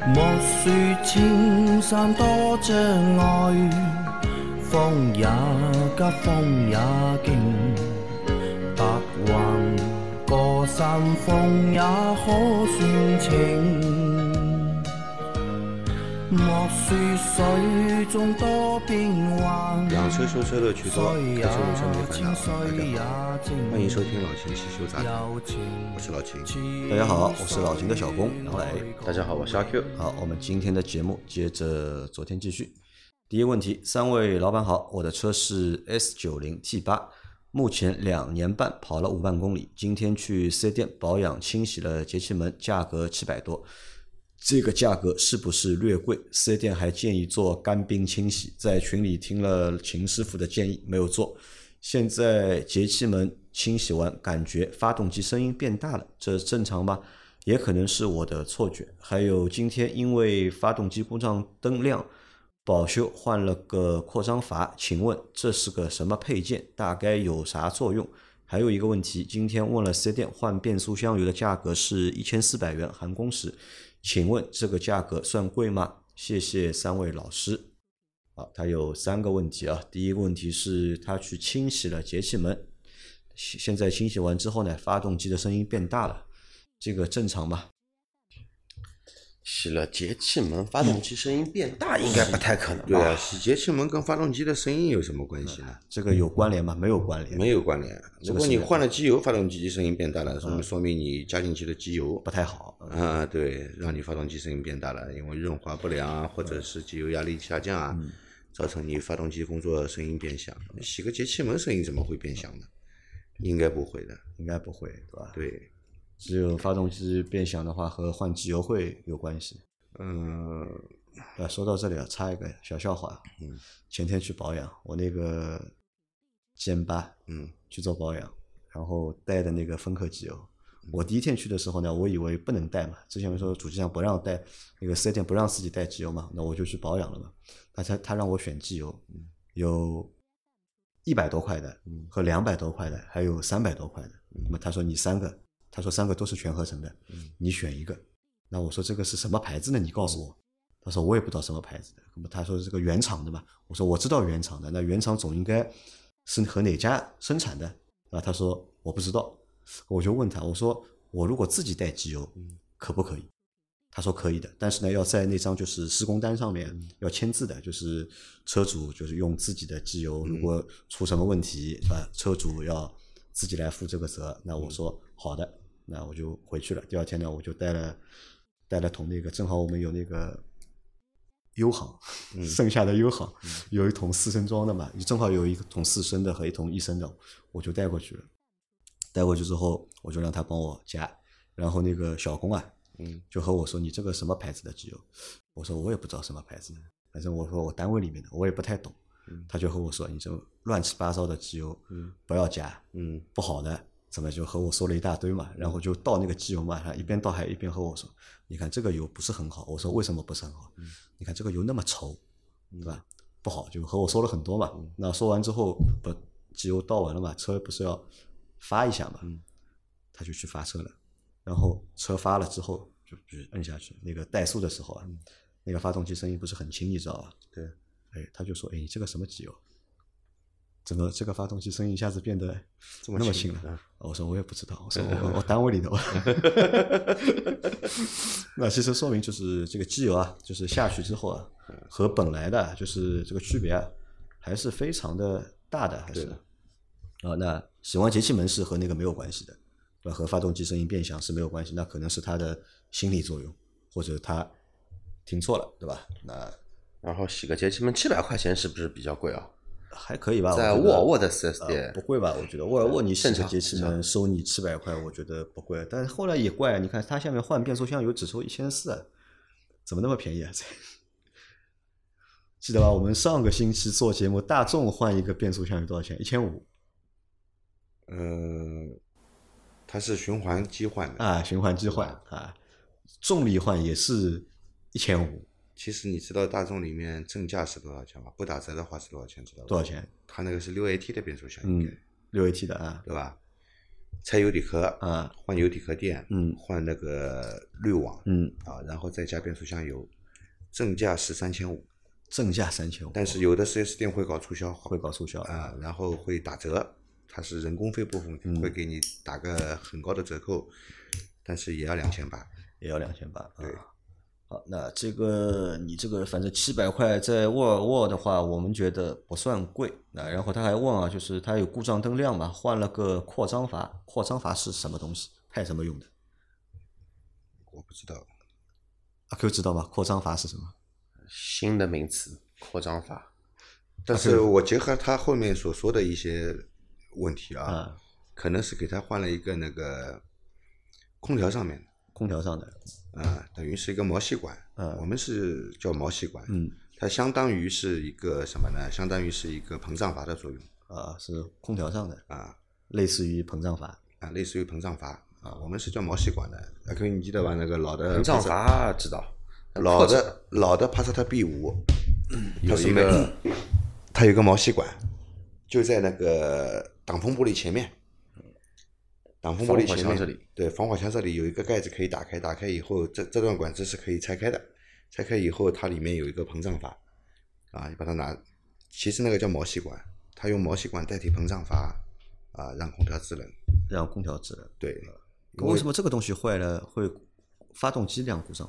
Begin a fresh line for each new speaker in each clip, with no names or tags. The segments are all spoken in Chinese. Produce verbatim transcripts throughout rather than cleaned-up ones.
莫说青山多障碍，风也急，风也劲，白云过山峰也可算情。莫说水中多变幻，
养车修车乐趣多，开车路上没烦恼。大家好，欢迎收听老秦汽修杂谈，我是老秦。
大家好，我是老秦的小工杨磊。
大家好，我是阿 Q。
好，我们今天的节目接着昨天继续。第一个问题，三位老板好，我的车是 S 九十 T 八，目前两年半跑了五万公里，今天去四 S 店保养清洗了节气门，价格七百多。这个价格是不是略贵？四 S 店还建议做干冰清洗，在群里听了秦师傅的建议，没有做。现在节气门清洗完，感觉发动机声音变大了，这正常吗？也可能是我的错觉。还有今天因为发动机故障灯亮，保修换了个扩张阀，请问这是个什么配件？大概有啥作用？还有一个问题，今天问了四 S 店换变速箱油的价格是一千四百元含工时，请问这个价格算贵吗？谢谢三位老师。好，他有三个问题啊。第一个问题是他去清洗了节气门，现在清洗完之后呢，发动机的声音变大了，这个正常吗？
洗了节气门，发动机声音变大，应该不太可能吧？
对啊，洗节气门跟发动机的声音有什么关系呢？
这个有关联吗？没有关联，
没有关联。如果你换了机油，发动机声音变大了，说明说明你加进去的机油
不太好
啊，对，让你发动机声音变大了，因为润滑不良啊，或者是机油压力下降啊，
嗯、
造成你发动机工作声音变响。洗个节气门声音怎么会变响呢？应该不会的，
应该不会，对吧？
对。
只有发动机变响的话和换机油会有关系。
嗯，
啊，说到这里啊，插一个小笑话。
嗯，
前天去保养，我那个 G M 八，
嗯，
去做保养，然后带的那个芬克机油。我第一天去的时候呢，我以为不能带嘛，之前说主机上不让带，那个四 S 店不让自己带机油嘛，那我就去保养了嘛。他他他让我选机油，有一百多块的和两百多块的，还有三百多块的。那么他说你三个。他说三个都是全合成的，你选一个。那我说这个是什么牌子呢？你告诉我。他说我也不知道什么牌子的。那么他说这个原厂的嘛，我说我知道原厂的，那原厂总应该是和哪家生产的啊？他说我不知道。我就问他，我说我如果自己带机油，可不可以？他说可以的，但是呢要在那张就是施工单上面要签字的，就是车主就是用自己的机油，如果出什么问题啊，车主要自己来负这个责。那我说好的。那我就回去了。第二天呢，我就带了带了桶那个，正好我们有那个优航，嗯、剩下的优航、嗯、有一桶四升装的嘛，正好有一桶四升的和一桶一升的，我就带过去了。带过去之后，我就让他帮我加，然后那个小工啊，嗯，就和我说：“你这个什么牌子的机油？”我说：“我也不知道什么牌子的，反正我说我单位里面的，我也不太懂。嗯”他就和我说：“你这乱七八糟的机油，嗯，不要加，嗯，不好的。”怎么就和我说了一大堆嘛，然后就倒那个机油嘛，他一边倒还一边和我说：“你看这个油不是很好。”我说：“为什么不是很好？嗯、你看这个油那么稠，对吧？不好。”就和我说了很多嘛。嗯、那说完之后，不机油倒完了嘛，车不是要发一下嘛？嗯、他就去发车了，然后车发了之后就就摁下去，那个怠速的时候啊，嗯、那个发动机声音不是很轻，你知道吧？对，哎，他就说：“哎，你这个什么机油？”怎么这个发动机声音一下子变得那么轻了？嗯、我说我也不知道，我说我我单位里的。那其实说明就是这个机油啊，就是下去之后啊，和本来的就是这个区别啊，还是非常的大的，还是啊。那洗完节气门是和那个没有关系的，对吧？和发动机声音变响是没有关系，那可能是它的心理作用，或者他听错了，对吧？那
然后洗个节气门七百块钱是不是比较贵啊？
还可以吧，
在沃尔沃的 四 S 店、
呃、不贵吧？我觉得沃尔沃你洗个节气门收你七百块，我觉得不贵。但是后来也怪，你看它下面换变速箱油只收一千四，怎么那么便宜啊？记得吧？我们上个星期做节目，大众换一个变速箱油多少钱？一千五。
呃，它是循环机换的
啊，循环机换啊，重力换也是一千五。
其实你知道大众里面正价是多少钱吗？不打折的话是多少钱？知道吧？
多少钱？
它那个是六 A T 的变速箱，
嗯，六 A T 的啊，
对吧？
拆油底壳
啊，
换油底壳垫，
嗯，
换那个滤网，
嗯
啊，然后再加变速箱油，正价是三千五，
正价三千五，
但是有的 四 S 店会搞促销，
会搞促销
啊，然后会打折，它是人工费部分会给你打个很高的折扣，但是也要两千八，
也要两千八，
对。
好，那这个你这个反正七百块在沃尔沃的话，我们觉得不算贵。那然后他还问啊，就是它有故障灯亮嘛，换了个扩张阀，扩张阀是什么东西？派什么用的？
我不知道。
阿 Q 知道吗？扩张阀是什么？
新的名词，扩张阀。
但是我结合他后面所说的一些问题啊，
啊
可能是给他换了一个那个空调上面的。
空调上的，
啊，等于是一个毛细管，
嗯
我们是叫毛细管，
嗯，
它相当于是一个什么呢？相当于是一个膨胀阀的作用
啊，是空调上的，
啊
类似于膨胀阀。
啊，类似于膨胀阀啊，我们是叫毛细管的。阿 Q，你记得吧？那个老的
膨胀阀知道，
老的老的帕萨特 B 五，它
有
是没
一个
它有个毛细管，就在那个挡风玻璃前面。挡风玻璃前面
防火墙这里，
对，防火墙这里有一个盖子可以打开，打开以后，这这段管子是可以拆开的，拆开以后，它里面有一个膨胀阀，啊，你把它拿，其实那个叫毛细管，它用毛细管代替膨胀阀，啊，让空调制冷，
让空调制冷。
对。
为什么这个东西坏了会发动机亮故障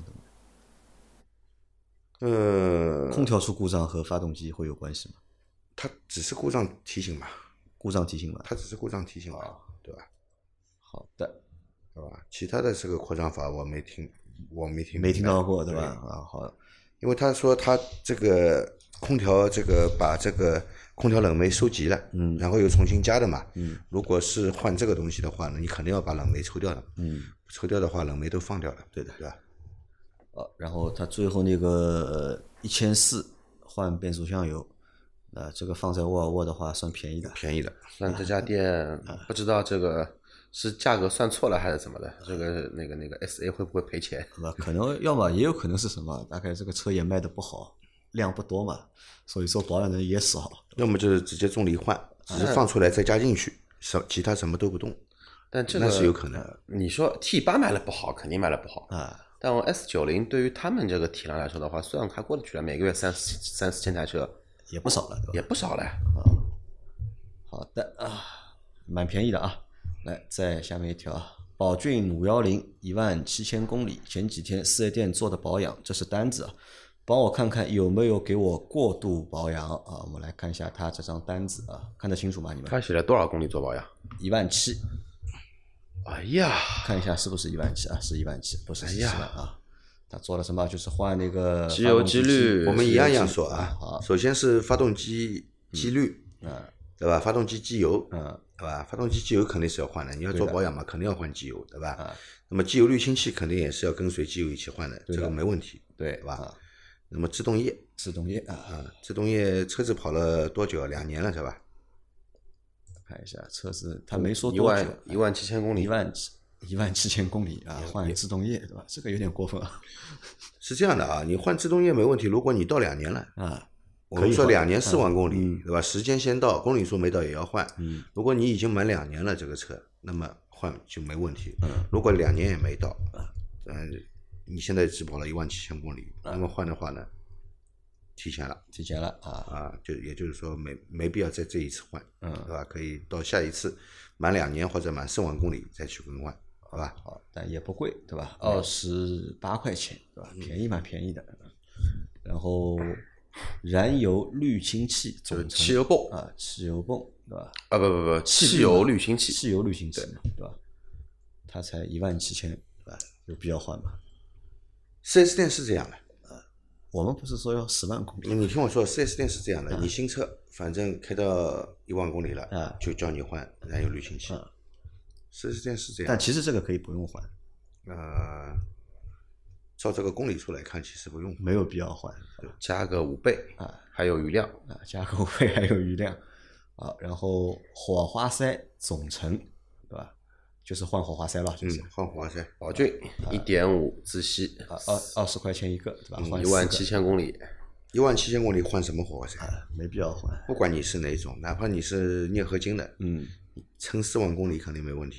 灯？
呃，
空调出故障和发动机会有关系吗？
它只是故障提醒嘛，
故障提醒嘛？
它只是故障提醒嘛，对吧？
好的，
对吧？其他的这个扩张阀我没听，我没听
没听到过，对
对
吧？啊，好，
因为他说他这个空调这个把这个空调冷媒收集了，
嗯
然后又重新加的嘛，
嗯，
如果是换这个东西的话呢，你肯定要把冷媒抽掉的，
嗯，
抽掉的话冷媒都放掉了，
对的，
对吧？
啊，然后他最后那个一千四换变速箱油，啊，这个放在沃尔沃的话算便宜的，
便宜的，
算这家店不知道这个是价格算错了还是怎么的，这个那个那个 S A 会不会赔钱？
是吧？可能要么也有可能是什么，大概这个车也卖的不好，量不多嘛，所以说保养的人也少。
要么就是直接重力换，只是放出来再加进去，什其他什么都不动，
但这个
那是有可能。
你说 T 八卖的不好，肯定卖的不好
啊。
但我 S 九零 对于他们这个体量来说的话，虽然还过得去了，每个月三四三四千台车，
也不少了，对吧？
也不少了。
好的啊，蛮便宜的啊。来，再下面一条，宝骏五一零一万七千公里，前几天四 S 店做的保养，这是单子啊，帮我看看有没有给我过度保养啊？我们来看一下他这张单子啊，看得清楚吗？你们？
他写了多少公里做保养？
一万七。
哎呀，
看一下是不是一万七啊？是一万七，不是十
哎
七万啊。他做了什么？就是换那个
机油机滤，
我们一样一样说啊。
好，
首先是发动机机滤，
嗯，
对吧？发动机机油，
嗯，
对吧？发动机机油肯定是要换的，你要做保养嘛，肯定要换机油，对吧？
啊，
那么机油滤清器肯定也是要跟随机油一起换的，
对的
这个没问题，
对，
对吧？
啊
那么制动液，
制动液啊，
啊，制动液车子跑了多久？两年了是吧？
看一下车子，他没说
一
多久
万，一万七千公里，
一万七一万七千公里啊，换制动液对吧？这个有点过分啊。
是这样的啊，你换制动液没问题，如果你到两年了，
啊，
我们说两年四万公里，
嗯
对吧？时间先到，公里数没到也要换。
嗯，
如果你已经满两年了这个车，那么换就没问题。
嗯，
如果两年也没到，嗯，你现在只跑了一万七千公里，那么换的话呢，提前了
提前了啊，
啊，就也就是说没没必要在这一次换，
嗯
对吧？可以到下一次满两年或者满四万公里再去更换，好吧？
好，但也不贵对吧？二十八块钱对吧？便宜蛮便宜的。然后燃油滤清器总成
汽油泵
啊，汽油泵对吧？
啊，不不不，汽油滤清器，
汽油滤清器对吧？它才一万七千对吧？有必要换吗？
四 S 店是这样的。
我们不是说要十万公里？
你听我说，四 S 店是这样的，你新车反正开到一万公里了，
啊
就叫你换燃油滤清器。
啊
四 S 店是这样
但，其实这个可以不用换，
呃，照这个公里数来看，其实不用。
没有必要换
加个五倍
啊，
还有余量。
啊，加个五倍还有余量啊。然后火花塞总成对吧？就是换火花塞了，就是
嗯，换火花塞，
宝骏一点五自吸，
啊二二十块钱一个对吧？换
一万
四个
七千公里，
一万七千公里换什么火花塞？
啊，没必要换。
不管你是哪一种，哪怕你是镍合金的，
嗯，
撑四万公里肯定没问题的。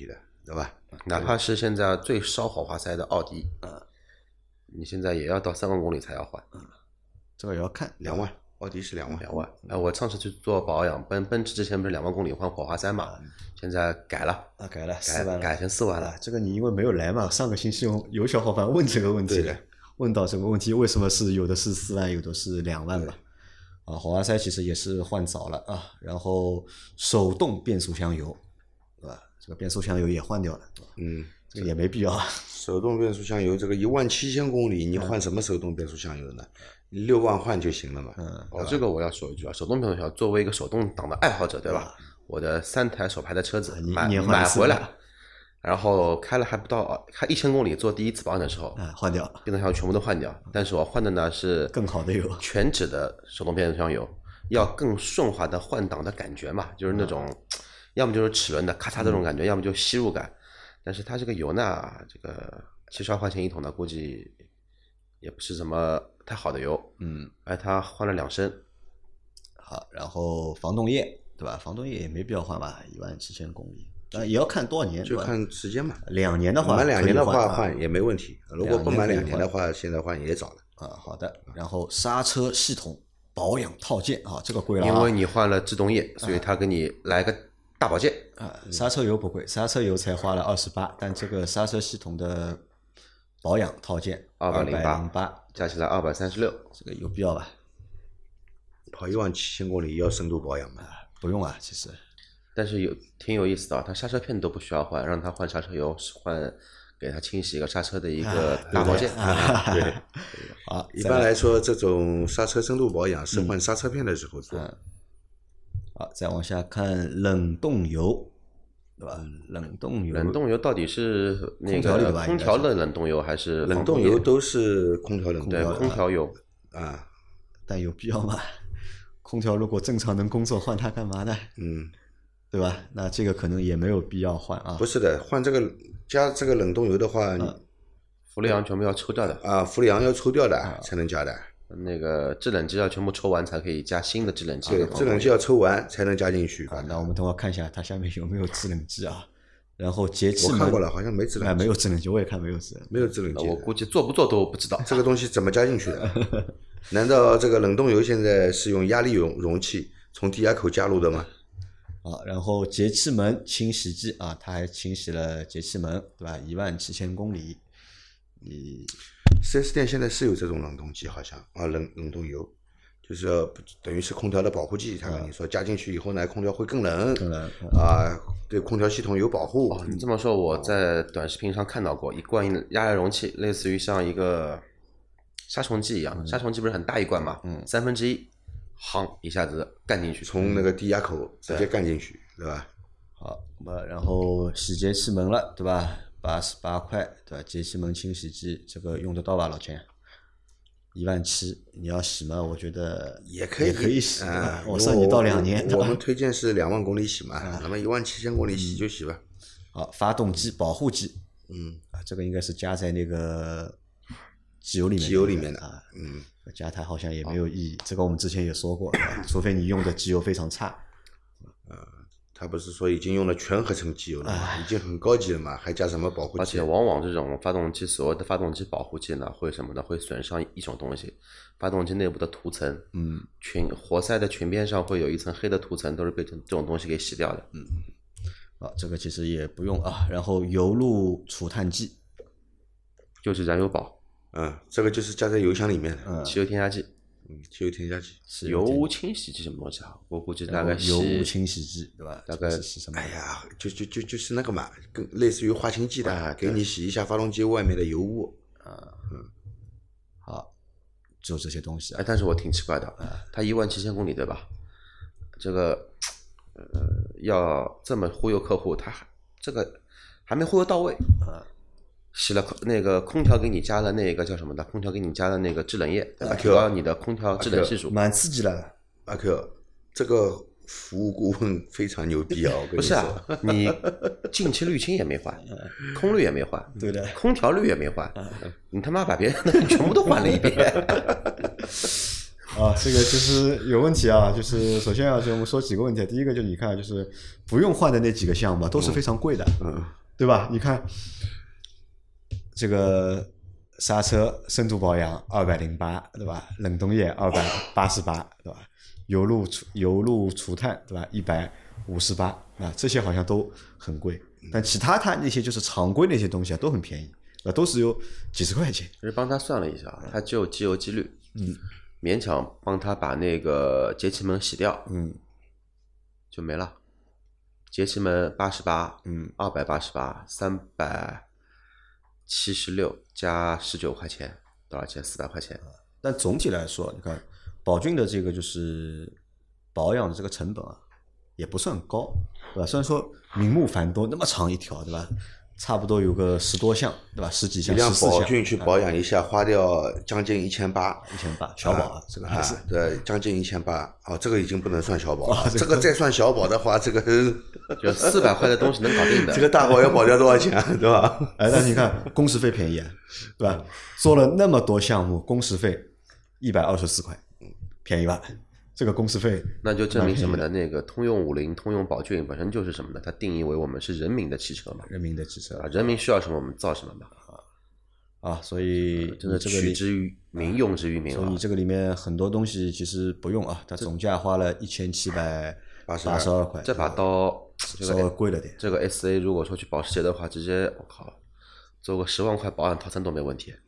对吧？
哪怕是现在最烧火花塞的奥迪，
嗯，
你现在也要到三万公里才要换，
这个也要看
两万，奥迪是两万，
两万。哎，我上次去做保养，奔奔驰之前不是两万公里换火花塞嘛，现在改了，
啊，改了
改
四万了，
改成四万了。
啊，这个你因为没有来嘛，上个星期有有小伙伴问这个问题
对的，
问到这个问题，为什么是有的是四万，有的是两万吧？啊，火花塞其实也是换早了啊，然后手动变速箱油，对吧？这个变速箱油也换掉了，对吧？
嗯，
这个也没必要啊。
手动变速箱油这个一万七千公里，你换什么手动变速箱油呢？你六万换就行了嘛。
嗯，
哦，这个我要说一句啊，手动变速箱作为一个手动挡的爱好者，对吧？我的三台手排的车子买
你一年换一次
买回来，然后开了还不到开一千公里，做第一次保养的时候，
啊，换掉
变速箱油全部都换掉。但是我换的呢是
更好的油，
全脂的手动变速箱油，要更顺滑的换挡的感觉嘛，就是那种，要么就是齿轮的咔嚓这种感觉，要么就吸入感。但是它这个油呢，这个七十二块钱一桶的，估计也不是什么太好的油。
嗯，
哎，它换了两升。
好，然后防冻液，对吧？防冻液也没必要换吧，一万七千公里，当然也要看多少年，
就
对吧
看时间嘛。
两年的话，
满两年的
可以换
话换也没问题，如果不满两年的话，现在换也早了。
啊，好的。然后刹车系统保养套件啊，这个贵了啊，
因为你换了制动液，所以它给你来个大保健。
啊，刹车油不贵，刹车油才花了二十八，但这个刹车系统的保养套件
二百
零
零
八，
加起来二百三十六。
这个有必要吧？
跑一万七千公里要深度保养嘛？
不用啊，其实。
但是有挺有意思的，它刹车片都不需要换，让它换刹车油，换给它清洗一个刹车的一个大保健。
啊、
对，
好，
一般来说，这种刹车深度保养是换刹车片的时候做。
嗯好，再往下看冷冻油，对吧？冷冻油，
冷冻油到底是那
空调里的吧
个空调的冷冻油还是
冷冻油都是空调冷冻
对
油
空调油
啊？
但有必要吗？空调如果正常能工作，换它干嘛呢？
嗯，
对吧？那这个可能也没有必要换啊。
不是的，换这个加这个冷冻油的话，
嗯
氟利昂全部要抽掉的
啊，氟利昂要抽掉的才能加的。
那个制冷剂要全部抽完才可以加新的制冷剂。
对，制冷剂要抽完才能加进去。
啊，那我们等会看一下它下面有没有制冷剂啊。然后节气门
我看过了，好像没制冷剂，
哎，没有制冷剂，我也看没有制冷剂，
没有制冷剂。
我估计做不做都不知道
这个东西怎么加进去的？难道这个冷冻油现在是用压力容容器从低压口加入的吗？
啊，然后节气门清洗剂啊，它还清洗了节气门，对吧？一万七千公里，你
四 S 店现在是有这种冷冻机，好像啊，冷冷冻油，就是要等于是空调的保护剂。他跟你说加进去以后呢，空调会更冷，
更冷
啊，对空调系统有保护。
哦，你这么说，我在短视频上看到过一罐压力容器，类似于像一个杀虫剂一样，
嗯
杀虫剂不是很大一罐嘛，嗯，三分之一，夯一下子干进去，
从那个低压口直接干进去，对吧？
好，那么然后洗节气门了，对吧？八十八块，对吧？节气门清洗剂这个用得到吧，老钱？一万七，你要洗吗？我觉得
也可以，
也可以洗，对吧
啊。
我算你到两年，对吧？
我们推荐是两万公里洗嘛，那么一万七千公里洗就洗吧。
好，发动机保护剂，
嗯，
啊，这个应该是加在那个机油里面，
机油里面的
啊，
嗯，
加它好像也没有意义。这个我们之前也说过，啊除非你用的机油非常差。
他不是说已经用了全合成机油了嘛，已经很高级了嘛，还加什么保护剂？
而且往往这种发动机所谓的发动机保护剂呢，会什么呢？会损伤一种东西，发动机内部的涂层，
嗯，
裙活塞的裙边上会有一层黑的涂层，都是被这这种东西给洗掉的。嗯，
啊，这个其实也不用啊。然后油路除碳剂，
就是燃油宝，
嗯，这个就是加在油箱里面的，
嗯，
汽油添加剂。
嗯，汽油添加剂。
是
油污清洗剂什么东西啊？我估计大概
油污清洗剂，对吧？
大概
是洗什么？
哎呀，就就就就是那个嘛，跟类似于化清剂的，
啊
给你洗一下发动机外面的油污。
好，就这些东西啊
哎，。但是我挺奇怪的，它一万七千公里对吧？这个呃要这么忽悠客户，他还这个还没忽悠到位。洗了空那个空调给你加了那个叫什么的？空调给你加了那个制冷液，提高你的空调制冷系数。
蛮刺激了，
阿 Q，这个服务顾问非常牛逼啊！我跟你
不是啊
说，
你进气滤清也没换，空滤也没换，
对的。
空调滤也没换，你他妈把别人的全部都换了一遍。
啊，这个就是有问题啊，就是首先啊，就我们说几个问题，第一个就你看，就是不用换的那几个项目都是非常贵的，
嗯，
对吧？你看这个刹车深度保养二百零八，对吧？冷冻液二百八十八，对吧？油路除油路除碳，对吧？一百五十八，啊，这些好像都很贵，但其他它那些就是常规那些东西啊，都很便宜，啊，都是有几十块钱。
其实帮他算了一下，他只有机油机滤，嗯，勉强帮他把那个节气门洗掉，
嗯，
就没了。节气门八十八，
嗯，
二百八十八，三百七十六加十九块钱，多少钱？四百块钱。
但总体来说，你看宝骏的这个就是保养的这个成本啊，也不算高，对吧？虽然说名目繁多，那么长一条，对吧？差不多有个十多项，对吧？十几项，
一辆
十四项。
宝骏去保养一下，花掉将近一千八，
一千八，小保啊，这个还是、
啊、对，将近一千八。哦，这个已经不能算小保了、
哦，
这个再算小保的话，这个
就四百块的东西能搞定的。
这个大保要保掉多少钱，对吧？
哎，但是你看工时费便宜啊，对吧？做了那么多项目，工时费一百二十四块，便宜吧？这个工时费，
那就证明什么呢？那个通用五菱、通用宝骏本身就是什么呢？它定义为我们是人民的汽车嘛，
人民的汽车
啊，人民需要什么我们造什么嘛，
啊，所以
真的取之于民，用之于民。
所以你这个里面很多东西其实不用啊，它总价花了一千七百八十二块，
这把刀
稍微贵了点。
这个 S A 如果说去保时捷的话，直接我靠，做个十万块保养套餐都没问题。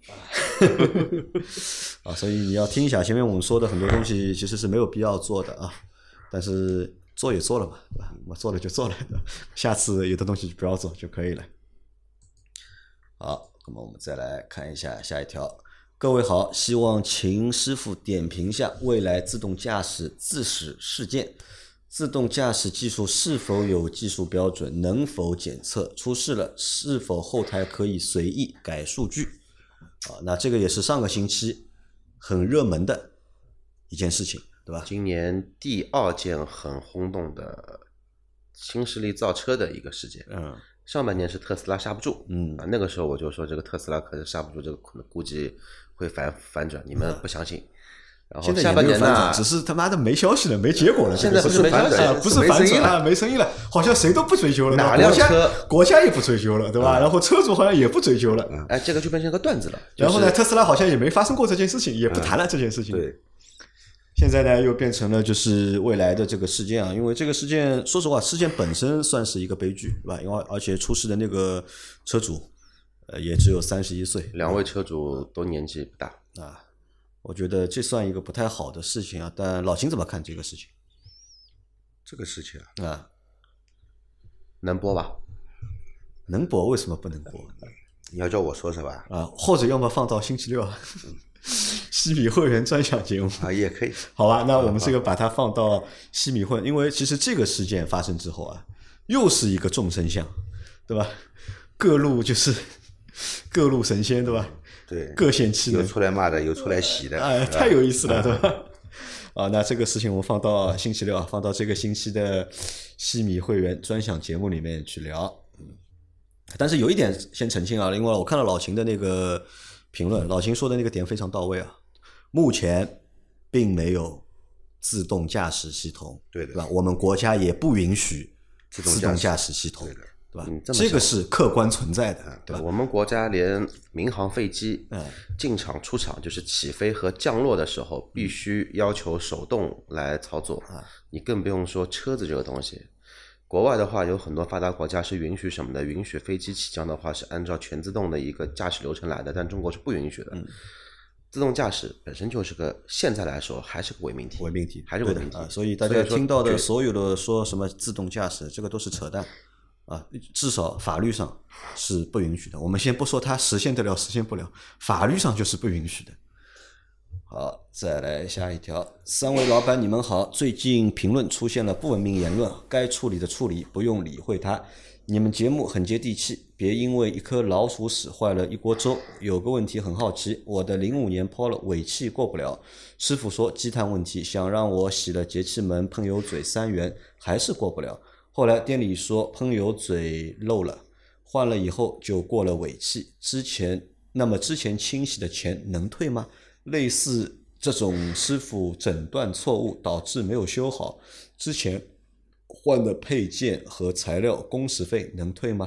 啊，所以你要听一下前面我们说的很多东西其实是没有必要做的啊，但是做也做了嘛，对吧？我做了就做了，下次有的东西就不要做就可以了。好，那么我们再来看一下下一条。各位好，希望秦师傅点评下未来自动驾驶自驶事件。自动驾驶技术是否有技术标准？能否检测？出事了，是否后台可以随意改数据？啊，那这个也是上个星期很热门的一件事情，对吧？
今年第二件很轰动的新势力造车的一个事件。
嗯，
上半年是特斯拉刹不住，
嗯
啊，那个时候我就说这个特斯拉可是刹不住，这个可能估计会反反转，你们不相信。然后下半年呢，
只是他妈的没消息了，没结果了。
现在不是没消息
了，不是反转啊，没声音了，好像谁都不追究了。
哪辆车？
国家也不追究了，对吧？然后车主好像也不追究了。
哎，这个就变成个段子了。
然后呢，特斯拉好像也没发生过这件事情，也不谈了这件事情。
对。
现在呢，又变成了就是未来的这个事件啊，因为这个事件，说实话，事件本身算是一个悲剧，对吧？因为而且出事的那个车主，呃，也只有三十一岁，
两位车主都年纪不大
啊。我觉得这算一个不太好的事情啊，但老秦怎么看这个事情？
这个事情
啊，啊
能播吧？
能播，为什么不能播？
你要叫我说是吧？
啊，或者要么放到星期六西米会员专享节目
啊，也可以。
好吧，那我们这个把它放到西米会，因为其实这个事件发生之后啊，又是一个众生相，对吧？各路就是各路神仙，对吧？
对，
各显其能，
有出来骂的，有出来洗的，
哎，太有意思了，对吧？啊，那这个事情我们放到星期六，放到这个星期的西米会员专享节目里面去聊。嗯，但是有一点先澄清啊，因为我看到老秦的那个评论，老秦说的那个点非常到位啊。目前并没有自动驾驶系统，
对的，
对吧？我们国家也不允许
自
动驾驶系统，
对的。
对吧、
嗯、这,
这个是客观存在的，对吧？
我们国家连民航飞机进场出场，就是起飞和降落的时候，必须要求手动来操作。
嗯、
你更不用说车子这个东西。国外的话，有很多发达国家是允许什么的？允许飞机起降的话是按照全自动的一个驾驶流程来的，但中国是不允许的。嗯、自动驾驶本身就是个，现在来说还是个伪命题，
伪命题
还是伪命题、
啊。所以大家听到的所有的说什么自动驾驶，这个都是扯淡。啊，至少法律上是不允许的。我们先不说它实现得了实现不了，法律上就是不允许的。好，再来下一条。三位老板你们好，最近评论出现了不文明言论，该处理的处理，不用理会它。你们节目很接地气，别因为一颗老鼠屎坏了一锅粥。有个问题很好奇，我的零五年抛了尾气过不了，师傅说积碳问题，想让我洗了节气门喷油嘴三元，还是过不了。后来店里说喷油嘴漏了，换了以后就过了尾气。之前那么之前清洗的钱能退吗？类似这种师傅诊断错误导致没有修好，之前换的配件和材料工时费能退吗？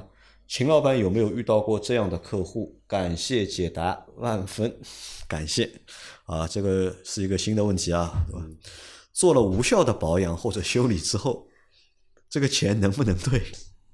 秦老板有没有遇到过这样的客户？感谢解答，万分感谢啊！这个是一个新的问题啊，对吧？做了无效的保养或者修理之后，这个钱能不能退？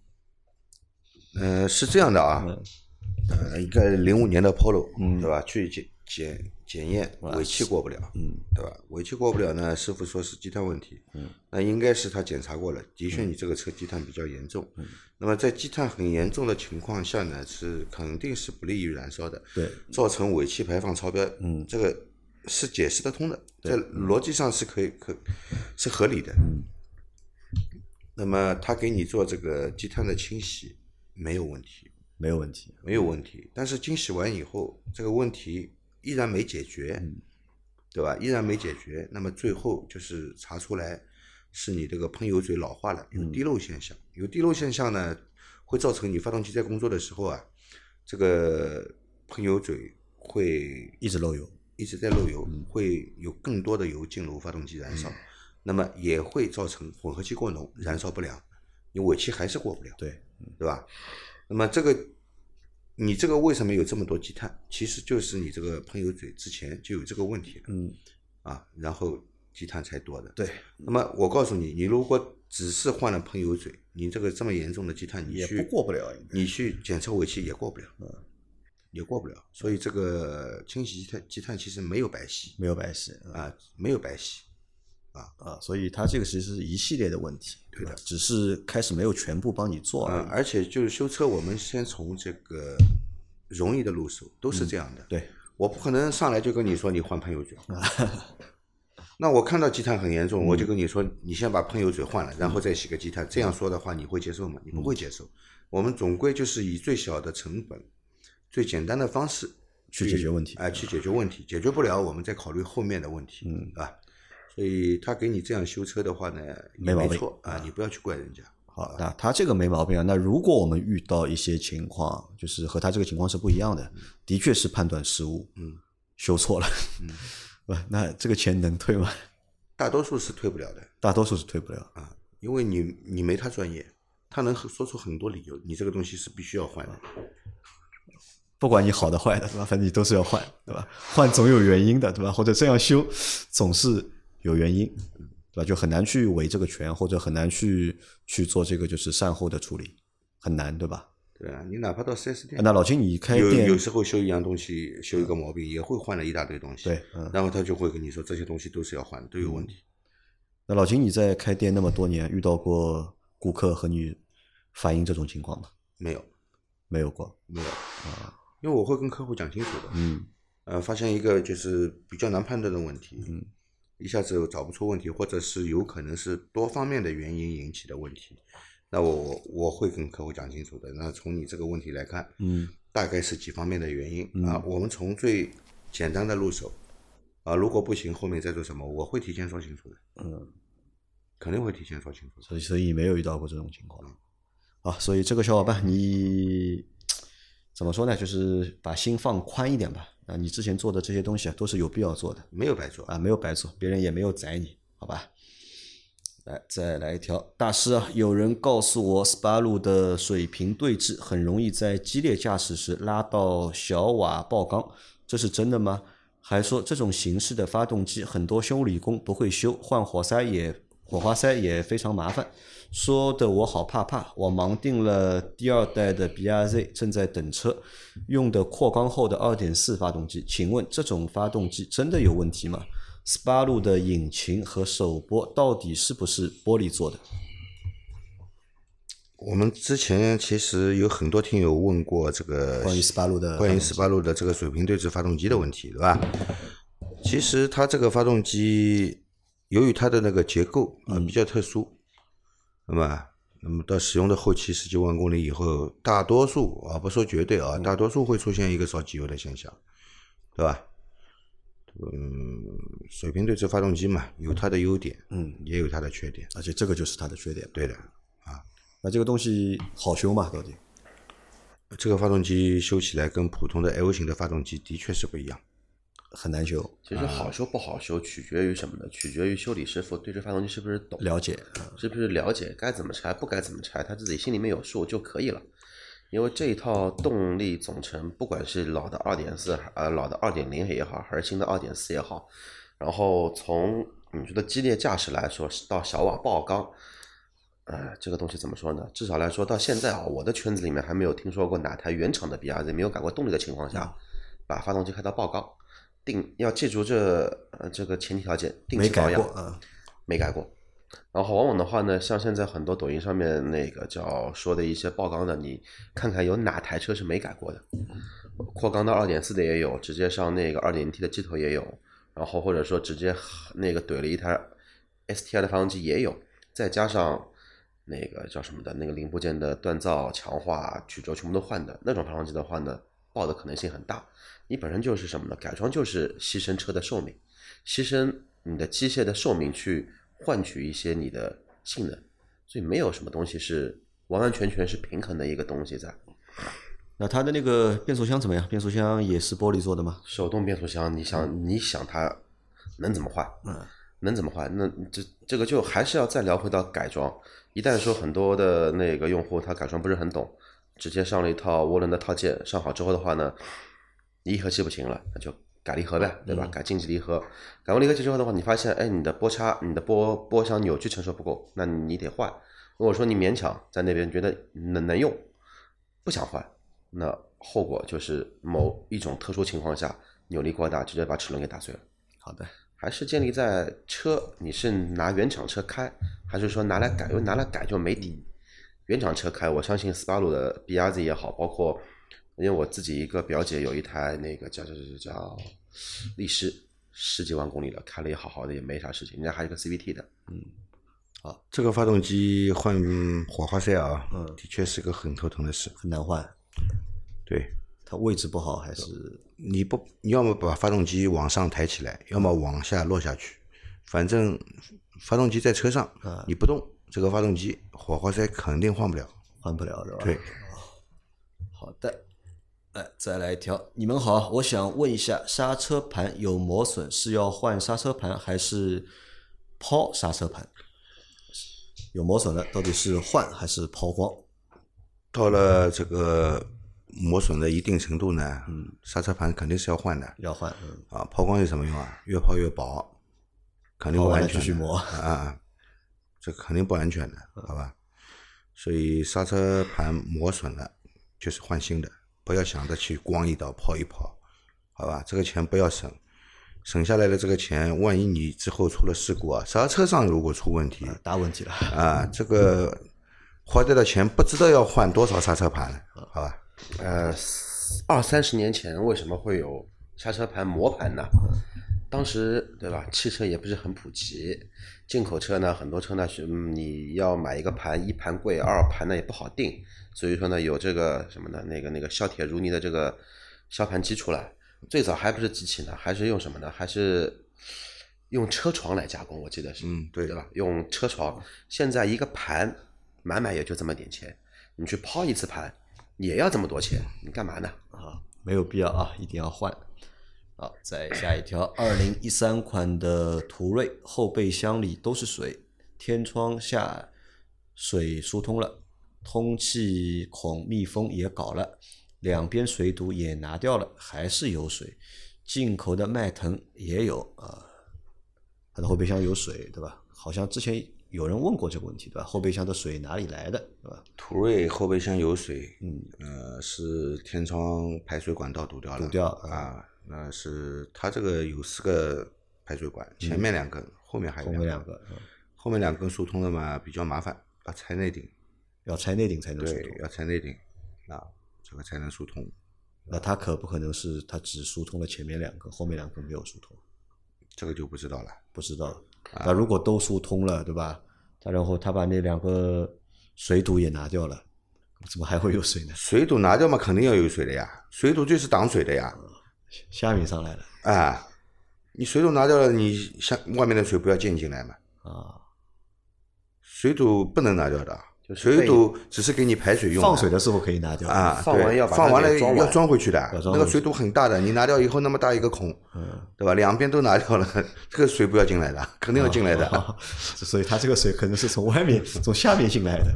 呃，是这样的啊，
嗯
呃，一个零五年的 Polo，
嗯
对吧？去检检检验尾气过不了，
嗯，
对吧？尾气过不了呢，师傅说是积碳问题，
嗯，
那应该是他检查过了，的确你这个车积碳比较严重，嗯，那么在积碳很严重的情况下呢，是肯定是不利于燃烧的，
对，
造成尾气排放超标，
嗯，
这个是解释得通的，在逻辑上是可以可是合理的，
嗯，
那么他给你做这个积碳的清洗没有问题。
没有问题，
没有问题，但是清洗完以后，这个问题依然没解决，
嗯、
对吧？依然没解决，那么最后就是查出来是你这个喷油嘴老化了，有滴漏现象。嗯、有滴漏现象呢，会造成你发动机在工作的时候啊，这个喷油嘴会
一直漏油，
一直在漏油，嗯、会有更多的油进入发动机燃烧，嗯、那么也会造成混合气过浓，燃烧不良，你尾气还是过不了，
对，
嗯、对吧？那么这个，你这个为什么有这么多积碳？其实就是你这个喷油嘴之前就有这个问题了，
嗯，
啊，然后积碳才多的。
对。
那么我告诉你，你如果只是换了喷油嘴，你这个这么严重的积碳，你去
也不过不了，
你去检测尾气也过不了，嗯，也过不了。所以这个清洗积碳积碳其实没有白洗，
没有白洗
啊，没有白洗。
啊啊，所以它这个其实是一系列的问题，
对的，
只是开始没有全部帮你做而已。
嗯，而且就是修车，我们先从这个容易的入手，都是这样的。
嗯、对，
我不可能上来就跟你说你换喷油嘴，那我看到积碳很严重，我就跟你说你先把喷油嘴换了，然后再洗个积碳。这样说的话，你会接受吗？你不会接受。我们总归就是以最小的成本、最简单的方式
去解决问题，
哎、呃，去解决问题。解决不了，我们再考虑后面的问题，嗯，对吧？所以他给你这样修车的话呢，
没毛病
没错啊，你不要去怪人家。
好，那他这个没毛病啊。那如果我们遇到一些情况，就是和他这个情况是不一样的，嗯、的确是判断失误，嗯，修错了，嗯，不，那这个钱能退吗？
大多数是退不了的，
大多数是退不了
啊，因为你你没他专业，他能说出很多理由，你这个东西是必须要换的。
不管你好的坏的，对吧？反正你都是要换，对吧？换总有原因的，对吧？或者这样修总是有原因，对吧？就很难去维这个权，或者很难去去做这个就是善后的处理，很难，对吧？
对啊，你哪怕到 四 S 店，
那老金你开店
有有时候修一样东西，修一个毛病，嗯、也会换了一大堆东西。
对，嗯，
然后他就会跟你说这些东西都是要换的，都有问题。
嗯、那老金你在开店那么多年，遇到过顾客和你反映这种情况吗？
没有，
没有过，
没有啊，因为我会跟客户讲清楚的。
嗯，
呃，发现一个就是比较难判断的问题，
嗯，
一下子找不出问题，或者是有可能是多方面的原因引起的问题。那我我会跟客户讲清楚的。那从你这个问题来看，
嗯，
大概是几方面的原因、
嗯、
啊？我们从最简单的入手啊，如果不行，后面再做什么，我会提前说清楚的。
嗯，
肯定会提前说清楚。
所以所以没有遇到过这种情况。嗯、啊，所以这个小伙伴你怎么说呢？就是把心放宽一点吧。啊，你之前做的这些东西啊，都是有必要做的，
没有白做
啊，没有白做，别人也没有宰你，好吧？来，再来一条，大师啊！有人告诉我，斯巴鲁的水平对置很容易在激烈驾驶时拉到小瓦爆缸，这是真的吗？还说这种形式的发动机很多修理工不会修，换火塞也火花塞也非常麻烦，说的我好怕怕。我盲定了第二代的 B R Z， 正在等车，用的扩缸后的 二点四 发动机，请问这种发动机真的有问题吗？斯巴鲁的引擎和手拨到底是不是玻璃做的？
我们之前其实有很多听友问过这个
关于斯巴鲁的
关于斯巴鲁的这个水平对置发动机的问题，对吧？其实它这个发动机由于它的那个结构啊、呃、比较特殊，那么那么到使用的后期十几万公里以后，大多数啊不说绝对啊，大多数会出现一个烧机油的现象，对吧？嗯，水平对置发动机嘛，有它的优点，嗯，也有它的缺点，
而且这个就是它的缺点。
对的，啊，
那这个东西好修吗？到底？
这个发动机修起来跟普通的 L 型的发动机的确是不一样，
很难修。
其实好修不好修取决于什么呢？取决于修理师傅对这发动机是不是懂，
了解，
是不是了解该怎么拆，不该怎么拆，他自己心里面有数就可以了。 因为这一套动力总成，不管是老的二点四，呃，老的二点零也好，还是新的二点四也好，然后从你说的激烈驾驶来说，到小瓦爆缸，呃，这个东西怎么说呢？至少来说到现在啊，我的圈子里面还没有听说过哪台原厂的 B R Z 没有改过动力的情况下，把发动机开到爆缸。定要记住这呃这个前提条件，定期保养，
没改过，嗯，
没改过。然后往往的话呢，像现在很多抖音上面那个叫说的一些爆缸的，你看看有哪台车是没改过的？扩缸到二点四的也有，直接上那个 二点零 T 的机头也有，然后或者说直接那个怼了一台 S T I 的发动机也有，再加上那个叫什么的那个零部件的锻造、强化、曲轴全部都换的那种发动机的话呢，爆的可能性很大。你本身就是什么呢？改装就是牺牲车的寿命，牺牲你的机械的寿命去换取一些你的性能，所以没有什么东西是完完全全是平衡的一个东西在。
那它的那个变速箱怎么样？变速箱也是玻璃做的吗？
手动变速箱，你想你想它能怎么换？嗯，能怎么换？那这这个就还是要再聊回到改装。一旦说很多的那个用户他改装不是很懂，直接上了一套涡轮的套件，上好之后的话呢，离合器不行了，那就改离合呗，对吧？嗯、改进气离合，改完离合器之后的话，你发现，哎，你的波差、你的波波箱扭矩承受不够，那你得换。如果说你勉强在那边觉得能能用，不想换，那后果就是某一种特殊情况下扭力过大，直接把齿轮给打碎了。
好的，
还是建立在车你是拿原厂车开，还是说拿来改？因为拿来改就没底。原厂车开，我相信斯巴鲁的 B R Z 也好，包括。因为我自己一个表姐有一台那个叫叫叫叫力狮，十几万公里了，开了也好好的，也没啥事情。人家还有个 C V T 的，
嗯，好，这个发动机换火花塞啊，嗯，的确是个很头疼的事，
很难换。
对，
它位置不好还是
你不，你要么把发动机往上抬起来，要么往下落下去，反正发动机在车上，嗯、你不动，这个发动机火花塞肯定换不了，
换不了是吧？
对，
好的。哎，再来一条。你们好，我想问一下，刹车盘有磨损是要换刹车盘还是抛刹车盘？有磨损了，到底是换还是抛光？
到了这个磨损的一定程度呢，嗯，刹车盘肯定是要换的，
要换。嗯、
啊，抛光有什么用啊？越抛越薄，肯定不安全的。
继续磨
啊，这肯定不安全的，好吧？所以刹车盘磨损了，就是换新的。不要想着去光一刀抛一抛，好吧？这个钱不要省，省下来的这个钱，万一你之后出了事故啊，刹车上如果出问题，
大问题了
啊！这个花掉的钱不知道要换多少刹车盘了，好吧？
呃，二三十年前为什么会有刹车盘磨盘呢？当时对吧，汽车也不是很普及，进口车呢，很多车呢是、嗯、你要买一个盘，一盘贵，二盘呢也不好定。所以说呢，有这个什么呢？那个那个削铁如泥的这个削盘机出来，最早还不是机器呢，还是用什么呢？还是用车床来加工，我记得是，
嗯，对
对吧？用车床。现在一个盘买买也就这么点钱，你去抛一次盘也要这么多钱，你干嘛呢？
啊，没有必要啊，一定要换。好，再下一条，二零一三款的途锐后备箱里都是水，天窗下水疏通了。通气孔密封也搞了，两边水堵也拿掉了，还是有水。进口的迈腾也有啊，它的后备箱有水，对吧？好像之前有人问过这个问题，对吧？后备箱的水哪里来的，对吧？
途锐后备箱有水，嗯，呃，是天窗排水管道堵掉了，
堵掉
啊，那是它这个有四个排水管，前面两根，嗯、后面还有两根，
后面两个，嗯、
后面两根疏通的嘛比较麻烦，要拆内顶。
要拆内顶才能疏通，
对，要拆内顶，啊，这个才能疏通。
那它可不可能是它只疏通了前面两个，后面两个没有疏通？
这个就不知道了，
不知道。啊、那如果都疏通了，对吧？他然后他把那两个水堵也拿掉了，怎么还会有水呢？
水堵拿掉嘛，肯定要有水的呀。水堵就是挡水的呀。
下面上来了。
啊，你水堵拿掉了，你下外面的水不要溅进来嘛。啊，水堵不能拿掉的。水堵只是给你排水用，
放水的时候可以拿掉
啊，
放完要把
放完了要装回去的。
那
个水堵很大的，你拿掉以后那么大一个孔，嗯，对吧？两边都拿掉了，这个水不要进来的，肯定要进来的。
哦哦、所以它这个水可能是从外面、从下面进来的。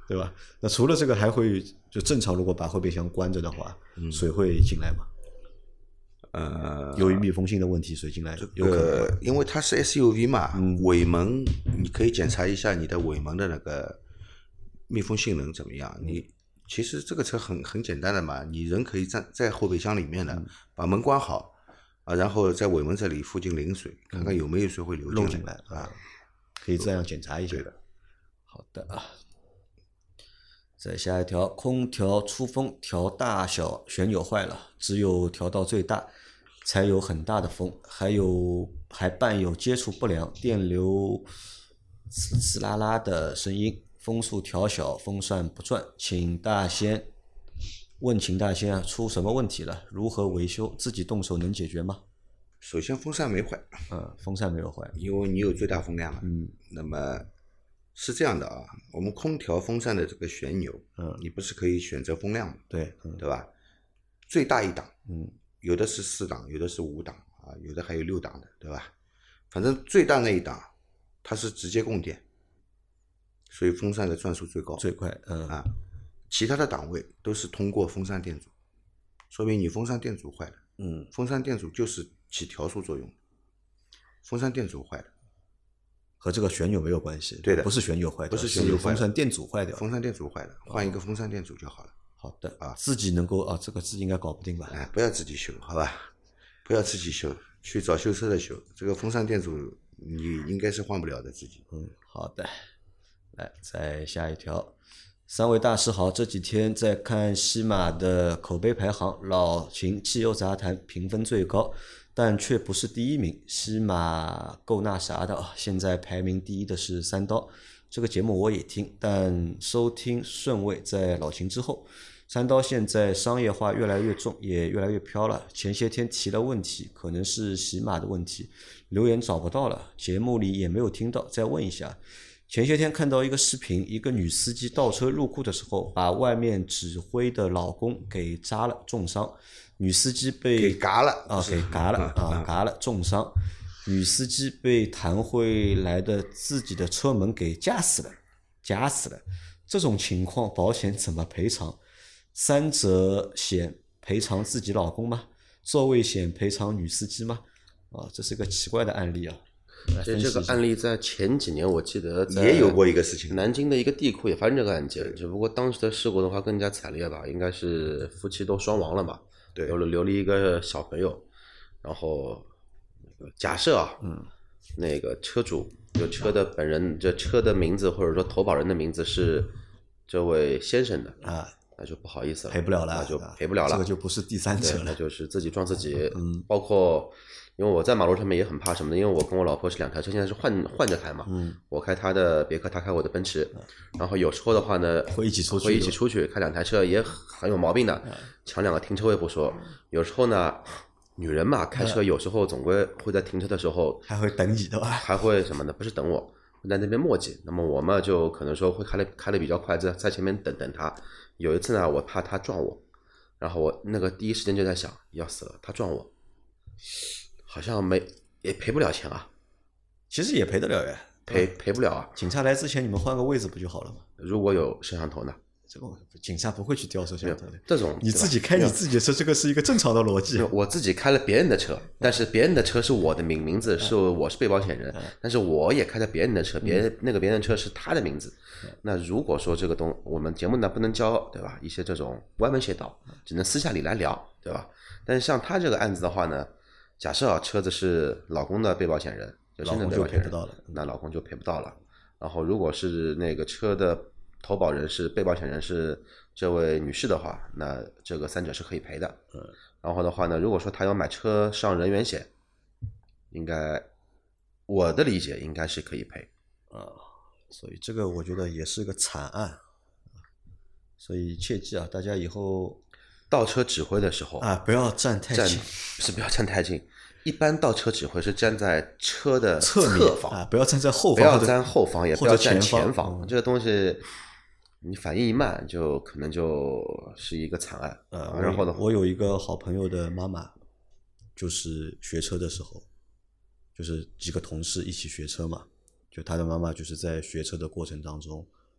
对吧？那除了这个，还会就正常，如果把后备箱关着的话，
嗯
水会进来吗？
呃，
由于密封性的问题，水进来
这
有可能
个
吗。
因为它是 S U V 嘛，
嗯
尾门你可以检查一下你的尾门的那个密封性能怎么样。你其实这个车很很简单的嘛，你人可以站在后备箱里面的，把门关好啊，然后在尾门这里附近淋水，看看有没有水会流
漏
进
进来啊
啊。
可以这样检查一下。
对的。
好的啊。再下一条，空调出风调大小旋钮坏了，只有调到最大才有很大的风，还有还伴有接触不良、电流呲呲啦啦的声音，风速调小，风扇不转，请大仙问秦大仙啊，出什么问题了？如何维修？自己动手能解决吗？
首先风扇没坏，
嗯，风扇没有坏。
因为你有最大风量嘛。
嗯，
那么是这样的啊，我们空调风扇的这个旋钮，
嗯，
你不是可以选择风量嘛，
对，嗯
对吧？最大一档，
嗯，
有的是四档，有的是五档啊，有的还有六档的，对吧？反正最大那一档，它是直接供电，所以风扇的转速最高，
最快，嗯
啊，其他的档位都是通过风扇电阻，说明你风扇电阻坏了。
嗯，
风扇电阻就是起调速作用，风扇电阻坏了。
和这个旋钮没有关系，
对的
不是旋钮坏掉，
不是旋钮坏了
风扇电阻坏掉。
风扇电阻坏了，换一个风扇电阻就好了。
好的
啊
自己能够啊，这个自己应该搞不定吧？
哎，不要自己修，好吧？不要自己修，去找修车的修。这个风扇电阻你应该是换不了的自己。
嗯，好的。来，再下一条。三位大师好，这几天在看西马的口碑排行，老秦汽油杂谈评分最高，但却不是第一名。西马够那啥的啊，现在排名第一的是三刀。这个节目我也听，但收听顺位在老秦之后。三刀现在商业化越来越重，也越来越飘了。前些天提了问题，可能是喜马的问题，留言找不到了，节目里也没有听到，再问一下。前些天看到一个视频，一个女司机倒车入库的时候，把外面指挥的老公给扎了，重伤。女司机被
给嘎了
啊，给嘎了啊，嘎了，重伤。女司机被弹回来的自己的车门给夹死了，夹死了。这种情况保险怎么赔偿？三者险赔偿自己老公吗？座位险赔偿女司机吗？啊，这是个奇怪的案例啊。
其实这个案例在前几年我记得
也有过一个事情，
南京的一个地库也发生这个案件，只不过当时的事故的话更加惨烈吧，应该是夫妻都双亡了嘛，
对，
留了留了一个小朋友，然后假设啊，
嗯，
那个车主就车的本人，这车的名字或者说投保人的名字是这位先生的
啊，
那就不好意思了，
赔不了了，
那就赔不了了，
这个就不是第三者了，
那就是自己撞自己，
嗯，
包括。因为我在马路上面也很怕什么的，因为我跟我老婆是两台车，现在是换换着开嘛。
嗯，
我开她的别克，她开我的奔驰。然后有时候的话呢，
会一起出去，
会一起出去开两台车也很有毛病的，抢两个停车位不说，有时候呢，女人嘛开车有时候总归会在停车的时候
还会等你的吧？
还会什么呢？不是等我，会在那边磨叽。那么我嘛就可能说会开的开的比较快，在在前面等等她。有一次呢，我怕她撞我，然后我那个第一时间就在想，要死了，她撞我，好像没。也赔不了钱啊，
其实也赔得了呀，
赔赔不了啊。
警察来之前你们换个位置不就好了吗？
如果有摄像头呢？
这个警察不会去调摄像头的。
这种
你自己开你自己的车，这个是一个正常的逻辑。
我自己开了别人的车，但是别人的车是我的名名字，是我是被保险人，但是我也开着别人的车，别人那个别人的车是他的名字。那如果说这个东我们节目呢不能教，对吧？一些这种歪门邪道，只能私下里来聊，对吧？但是像他这个案子的话呢？假设啊，车子是老公的被保险人，就现在被保险人，那老公就赔不到了。然后如果是那个车的投保人是被保险人是这位女士的话，那这个三者是可以赔的。
嗯，
然后的话呢，如果说他要买车上人员险，应该我的理解应该是可以赔。
啊，所以这个我觉得也是个惨案，所以切记啊，大家以后
倒车指挥的时候
啊，不要站太近，
是不要站太近。一般倒车指挥是站在车的
侧
侧方
啊，不要站在后方，
不要站后方，也不要站前
方。
方。这个东西你反应一慢，就可能就是一个惨案。
呃，
然后呢，
我有一个好朋友的妈妈，就是学车的时候，就是几个同事一起学车嘛，就他的妈妈就是在学车的过程当中，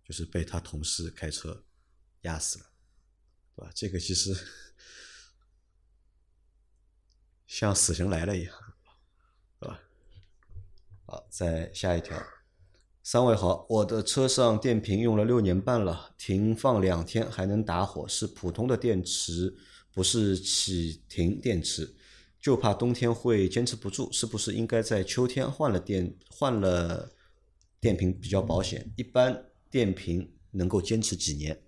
就是被他同事开车压死了，对吧？这个其实像死神来了一样，对吧？好，再下一条。三位好，我的车上电瓶用了六年半了，停放两天还能打火，是普通的电池，不是启停电池，就怕冬天会坚持不住，是不是应该在秋天换了电换了电瓶比较保险？一般电瓶能够坚持几年？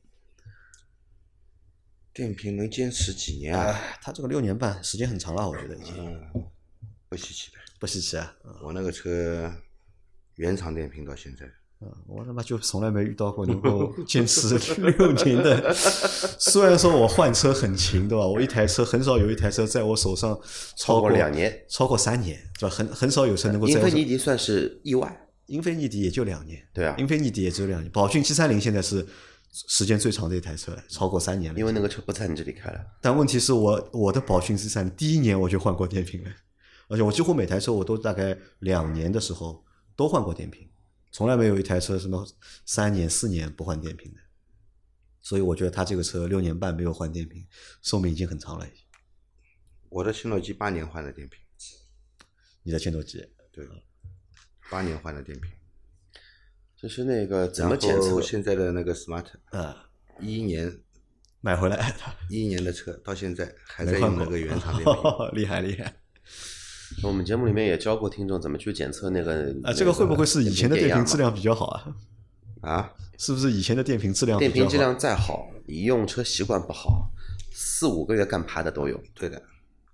电瓶能坚持几年啊？
哎，它这个六年半时间很长了，我觉得已经、
嗯、不稀奇的，
不稀奇啊。嗯、
我那个车原厂电瓶到现在，
嗯，我他妈就从来没遇到过能够坚持六年的。虽然说我换车很勤，对吧？我一台车很少有一台车在我手上超过
两年，
超过三年，对吧？很很少有车能够在我手上。
英菲尼迪算是意外，
英菲尼迪也就两年，
对啊，
英菲尼迪也只有两年。宝骏七三零现在是时间最长的一台车，超过三年了。
因为那个车不在你这里开了。
但问题是我我的宝骏七三零第一年我就换过电瓶了，而且我几乎每台车我都大概两年的时候都换过电瓶。从来没有一台车什么三年四年不换电瓶的，所以我觉得他这个车六年半没有换电瓶，寿命已经很长了。已经。
我的切诺基八年换的电瓶。
你的切诺基？
对，八年换的电瓶。
就是那个怎么检测？
现在的那个 smart，
啊，
一一年
买回来，
一一年的车到现在还在用那个原厂电瓶，
厉害厉害。
我们节目里面也教过听众怎么去检测那个
啊，这个会不会是以前的电瓶质量比较好啊？
啊，
是不是以前的电瓶质量比较好？
电瓶质量再好，你用车习惯不好，四五个月干趴的都有。
对的。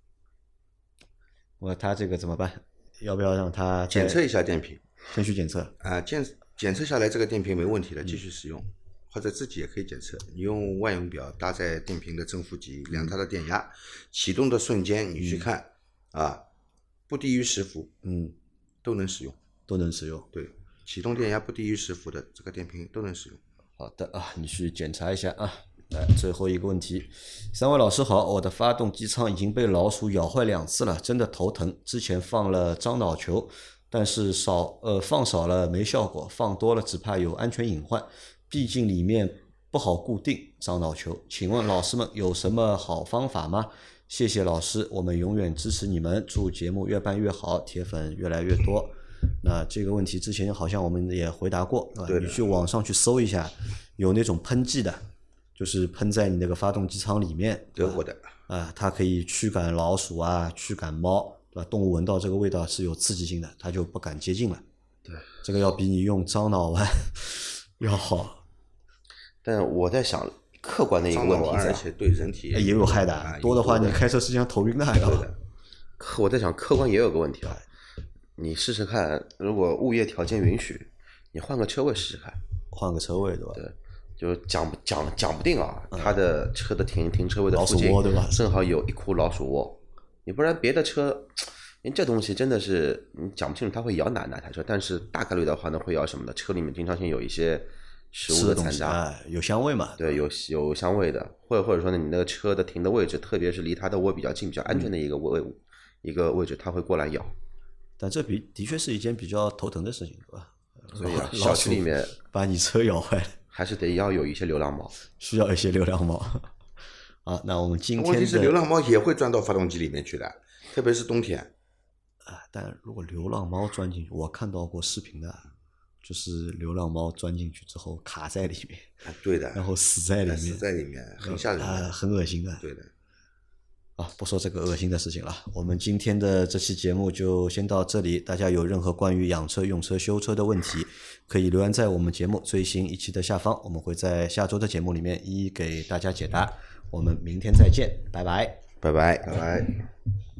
我他这个怎么办？要不要让他
检测一下电瓶？
先去检测
啊，检检测下来这个电瓶没问题了，继续使用。嗯，或者自己也可以检测，你用万用表搭在电瓶的正负极，量它的电压，启动的瞬间你去看，嗯、啊，不低于十伏，
嗯，
都能使用，
都能使用。
对，启动电压不低于十伏的这个电瓶都能使用。
好的啊，你去检查一下啊。来，最后一个问题，三位老师好，我的发动机舱已经被老鼠咬坏两次了，真的头疼。之前放了樟脑球，但是少呃放少了没效果，放多了只怕有安全隐患。毕竟里面不好固定樟脑球，请问老师们有什么好方法吗？谢谢老师，我们永远支持你们，祝节目越办越好，铁粉越来越多。那这个问题之前好像我们也回答过啊，你去网上去搜一下，有那种喷剂的，就是喷在你那个发动机舱里面，
德国的
啊，它可以驱赶老鼠啊，驱赶猫，对吧？动物闻到这个味道是有刺激性的，它就不敢接近了。
对，
这个要比你用樟脑丸要好。
但我在想，客观的一个问题在，
而且对人体
也有害的，多的话你开车实际上头晕的还要。
我在想，客观也有个问题啊，你试试看，如果物业条件允许，你换个车位试试看。
换个车位对吧？
对，就讲讲讲不定啊，他的车的停停车位的附近
老鼠窝对吧？
正好有一窟老鼠窝，你不然别的车，因为这东西真的是你讲不清楚，它会咬哪哪台车，但是大概率的话呢，会咬什么的？车里面经常性有一些食物的残渣，
哎，有香味嘛？
对，有有香味的，或者或者说呢，你那个车的停的位置，特别是离它的窝比较近、比较安全的一个位、嗯、一个位置，它会过来咬。
但这比的确是一件比较头疼的事情，对吧？
所以啊，小区里面
把你车咬坏了，
还是得要有一些流浪猫，
需要一些流浪猫。好，那我们今天的
问题是流浪猫也会钻到发动机里面去的，特别是冬天。
啊，但如果流浪猫钻进去，我看到过视频的，就是流浪猫钻进去之后卡在里面，
啊、对的，
然后死在里面，
死在里面，很吓人的，
啊，很恶心的。
对的。
啊，不说这个恶心的事情了，我们今天的这期节目就先到这里。大家有任何关于养车、用车、修车的问题，可以留言在我们节目最新一期的下方，我们会在下周的节目里面一一给大家解答。我们明天再见，拜拜，
拜拜，
拜拜。